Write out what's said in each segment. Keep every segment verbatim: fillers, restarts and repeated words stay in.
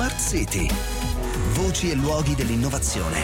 Smart City. Voci e luoghi dell'innovazione.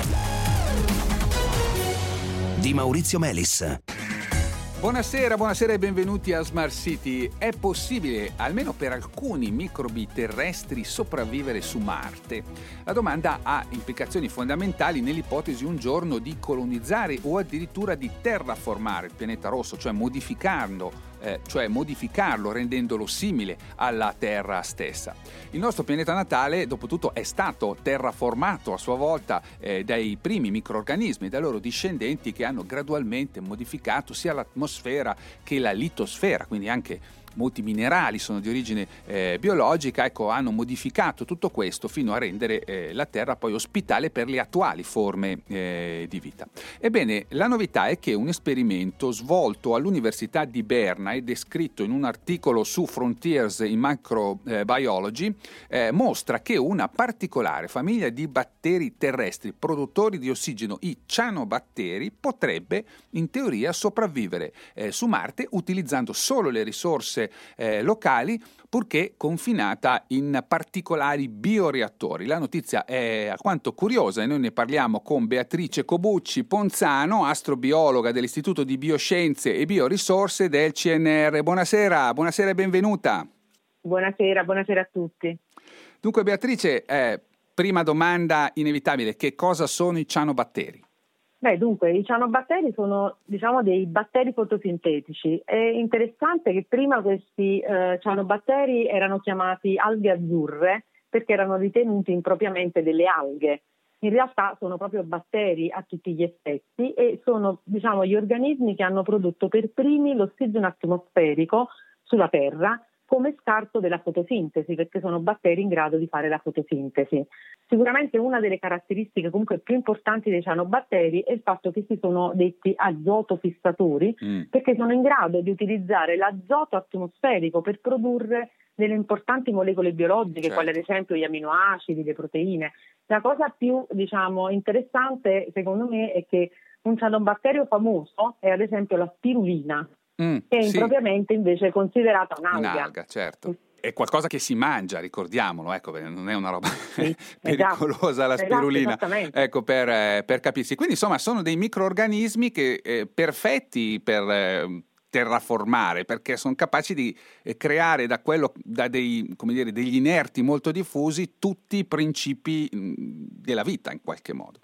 Di Maurizio Melis. Buonasera, buonasera e benvenuti a Smart City. È possibile, almeno per alcuni microbi terrestri, sopravvivere su Marte? La domanda ha implicazioni fondamentali nell'ipotesi un giorno di colonizzare o addirittura di terraformare il pianeta rosso, cioè modificarlo, eh, cioè modificarlo rendendolo simile alla Terra stessa. Il nostro pianeta natale, dopo tutto, è stato terraformato a sua volta eh, dai primi microrganismi e dai loro discendenti che hanno gradualmente modificato sia l'atmosfera che la litosfera, quindi anche molti minerali sono di origine eh, biologica, ecco, hanno modificato tutto questo fino a rendere eh, la Terra poi ospitale per le attuali forme eh, di vita. Ebbene, la novità è che un esperimento svolto all'Università di Berna e descritto in un articolo su Frontiers in Microbiology eh, mostra che una particolare famiglia di batteri terrestri produttori di ossigeno, i cianobatteri, potrebbe in teoria sopravvivere eh, su Marte utilizzando solo le risorse Eh, locali, purché confinata in particolari bioreattori. La notizia è alquanto curiosa e noi ne parliamo con Beatrice Cobucci Ponzano, astrobiologa dell'Istituto di Bioscienze e Biorisorse del C N R. Buonasera, buonasera e benvenuta. Buonasera, buonasera a tutti. Dunque Beatrice, eh, prima domanda inevitabile, che cosa sono i cianobatteri? Beh, dunque, i cianobatteri sono, diciamo, dei batteri fotosintetici. È interessante che prima questi eh, cianobatteri erano chiamati alghe azzurre perché erano ritenuti impropriamente delle alghe. In realtà sono proprio batteri a tutti gli effetti e sono, diciamo, gli organismi che hanno prodotto per primi l'ossigeno atmosferico sulla Terra come scarto della fotosintesi, perché sono batteri in grado di fare la fotosintesi. Sicuramente una delle caratteristiche comunque più importanti dei cianobatteri è il fatto che si sono detti azotofissatori, mm. perché sono in grado di utilizzare l'azoto atmosferico per produrre delle importanti molecole biologiche, certo. quali ad esempio gli aminoacidi, le proteine. La cosa più, diciamo, interessante secondo me è che un cianobatterio famoso è ad esempio la spirulina, Mm, che è impropriamente sì. invece considerata un'alga. Un'alga, certo. È qualcosa che si mangia, ricordiamolo, ecco, non è una roba sì, pericolosa esatto, la spirulina, esatto, ecco, per, per capirsi. Quindi insomma sono dei microrganismi che eh, perfetti per eh, terraformare, perché sono capaci di eh, creare da quello, da dei, come dire, degli inerti molto diffusi tutti i principi mh, della vita in qualche modo.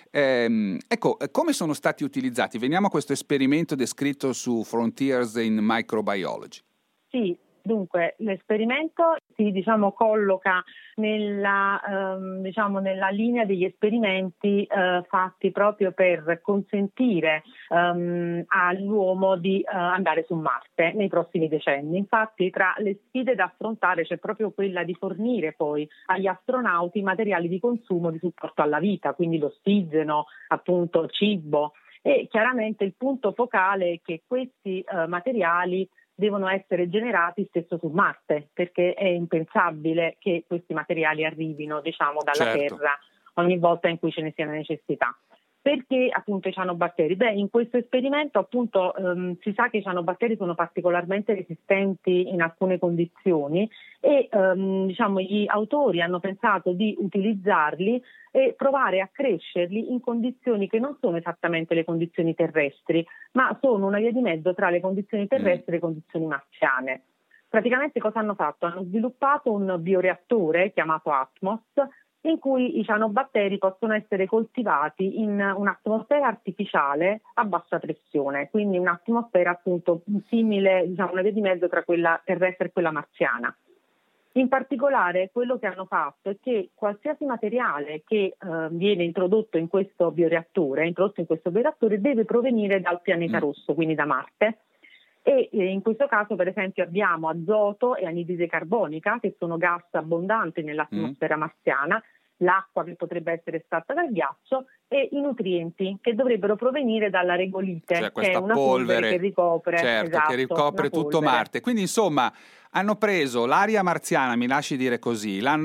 Ehm, ecco, come sono stati utilizzati? Veniamo a questo esperimento descritto su Frontiers in Microbiology. Sì, dunque l'esperimento si diciamo colloca nella, ehm, diciamo, nella linea degli esperimenti eh, fatti proprio per consentire ehm, all'uomo di eh, andare su Marte nei prossimi decenni. Infatti tra le sfide da affrontare c'è proprio quella di fornire poi agli astronauti materiali di consumo di supporto alla vita, quindi l'ossigeno, appunto cibo, e chiaramente il punto focale è che questi eh, materiali devono essere generati stesso su Marte, perché è impensabile che questi materiali arrivino, diciamo, dalla certo. Terra ogni volta in cui ce ne sia necessità. Perché appunto i cianobatteri? Beh, in questo esperimento appunto ehm, si sa che i cianobatteri sono particolarmente resistenti in alcune condizioni e ehm, diciamo gli autori hanno pensato di utilizzarli e provare a crescerli in condizioni che non sono esattamente le condizioni terrestri, ma sono una via di mezzo tra le condizioni terrestri e le condizioni marziane. Praticamente cosa hanno fatto? Hanno sviluppato un bioreattore chiamato Atmos, in cui i cianobatteri possono essere coltivati in un'atmosfera artificiale a bassa pressione, quindi un'atmosfera appunto simile, diciamo una via di mezzo tra quella terrestre e quella marziana. In particolare quello che hanno fatto è che qualsiasi materiale che eh, viene introdotto in questo bioreattore, introdotto in questo bioreattore deve provenire dal pianeta rosso, quindi da Marte. E in questo caso per esempio abbiamo azoto e anidride carbonica, che sono gas abbondanti nell'atmosfera mm. marziana, l'acqua che potrebbe essere estratta dal ghiaccio e i nutrienti che dovrebbero provenire dalla regolite, cioè che è una polvere, polvere che ricopre, certo, esatto, che ricopre tutto polvere. Marte. Quindi insomma hanno preso l'aria marziana, mi lasci dire così, l'hanno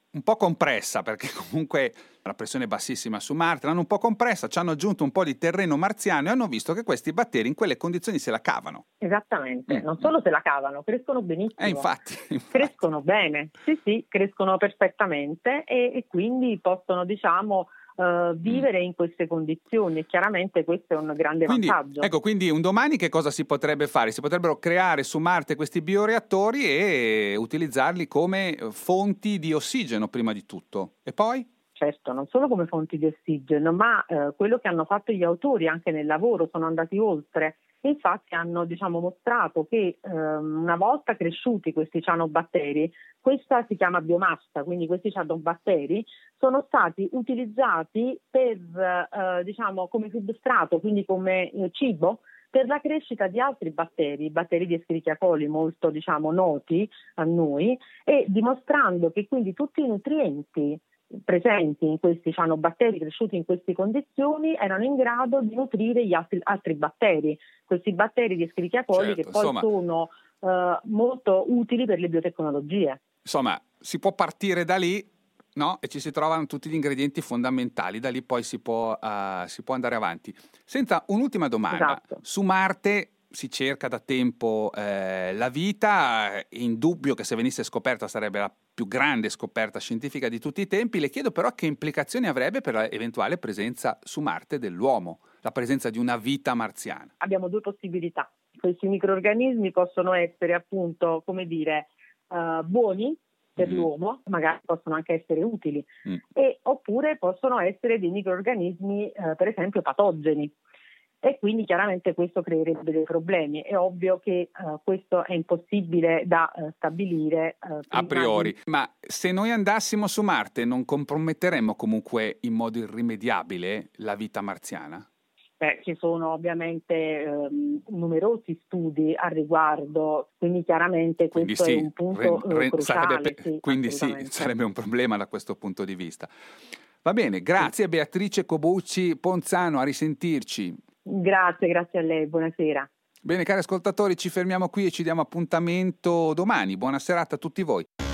un po' compressa, perché comunque la pressione è bassissima su Marte, l'hanno un po' compressa, ci hanno aggiunto un po' di terreno marziano e hanno visto che questi batteri in quelle condizioni se la cavano. Esattamente, Mm. non solo se la cavano, crescono benissimo. Eh, infatti, infatti. Crescono bene, sì sì, crescono perfettamente e, e quindi possono, diciamo, Uh, vivere in queste condizioni, e chiaramente questo è un grande quindi, vantaggio. Ecco, quindi un domani che cosa si potrebbe fare? Si potrebbero creare su Marte questi bioreattori e utilizzarli come fonti di ossigeno prima di tutto. E poi? Certo, non solo come fonti di ossigeno, ma eh, quello che hanno fatto gli autori anche nel lavoro, sono andati oltre. Infatti hanno, diciamo, mostrato che ehm, una volta cresciuti questi cianobatteri, questa si chiama biomassa, quindi questi cianobatteri sono stati utilizzati per, eh, diciamo, come substrato, quindi come eh, cibo, per la crescita di altri batteri, batteri di Escherichia coli molto, diciamo, noti a noi, e dimostrando che quindi tutti i nutrienti presenti in questi cianobatteri cresciuti in queste condizioni erano in grado di nutrire gli altri, altri batteri, questi batteri di Escherichia coli, certo, che poi insomma, sono uh, molto utili per le biotecnologie. Insomma, si può partire da lì, no? E ci si trovano tutti gli ingredienti fondamentali, da lì poi si può, uh, si può andare avanti. Senta, un'ultima domanda. Esatto. Su Marte si cerca da tempo eh, la vita, è indubbio che se venisse scoperta sarebbe la più grande scoperta scientifica di tutti i tempi. Le chiedo però che implicazioni avrebbe per l'eventuale presenza su Marte dell'uomo, la presenza di una vita marziana. Abbiamo due possibilità. Questi microrganismi possono essere, appunto, come dire, uh, buoni per mm. l'uomo, magari possono anche essere utili, mm. e, oppure possono essere dei microrganismi, uh, per esempio, patogeni. E quindi chiaramente questo creerebbe dei problemi. È ovvio che uh, questo è impossibile da uh, stabilire uh, a priori. Di... Ma se noi andassimo su Marte non comprometteremmo comunque in modo irrimediabile la vita marziana? Beh, ci sono ovviamente um, numerosi studi a riguardo, quindi chiaramente quindi questo sì, è un punto re, re, uh, cruciale. Sarebbe, sì, quindi sì, sarebbe un problema da questo punto di vista. Va bene, grazie Beatrice Cobucci Ponzano, a risentirci. Grazie, grazie a lei, buonasera. Bene, cari ascoltatori, ci fermiamo qui e ci diamo appuntamento domani. Buona serata a tutti voi.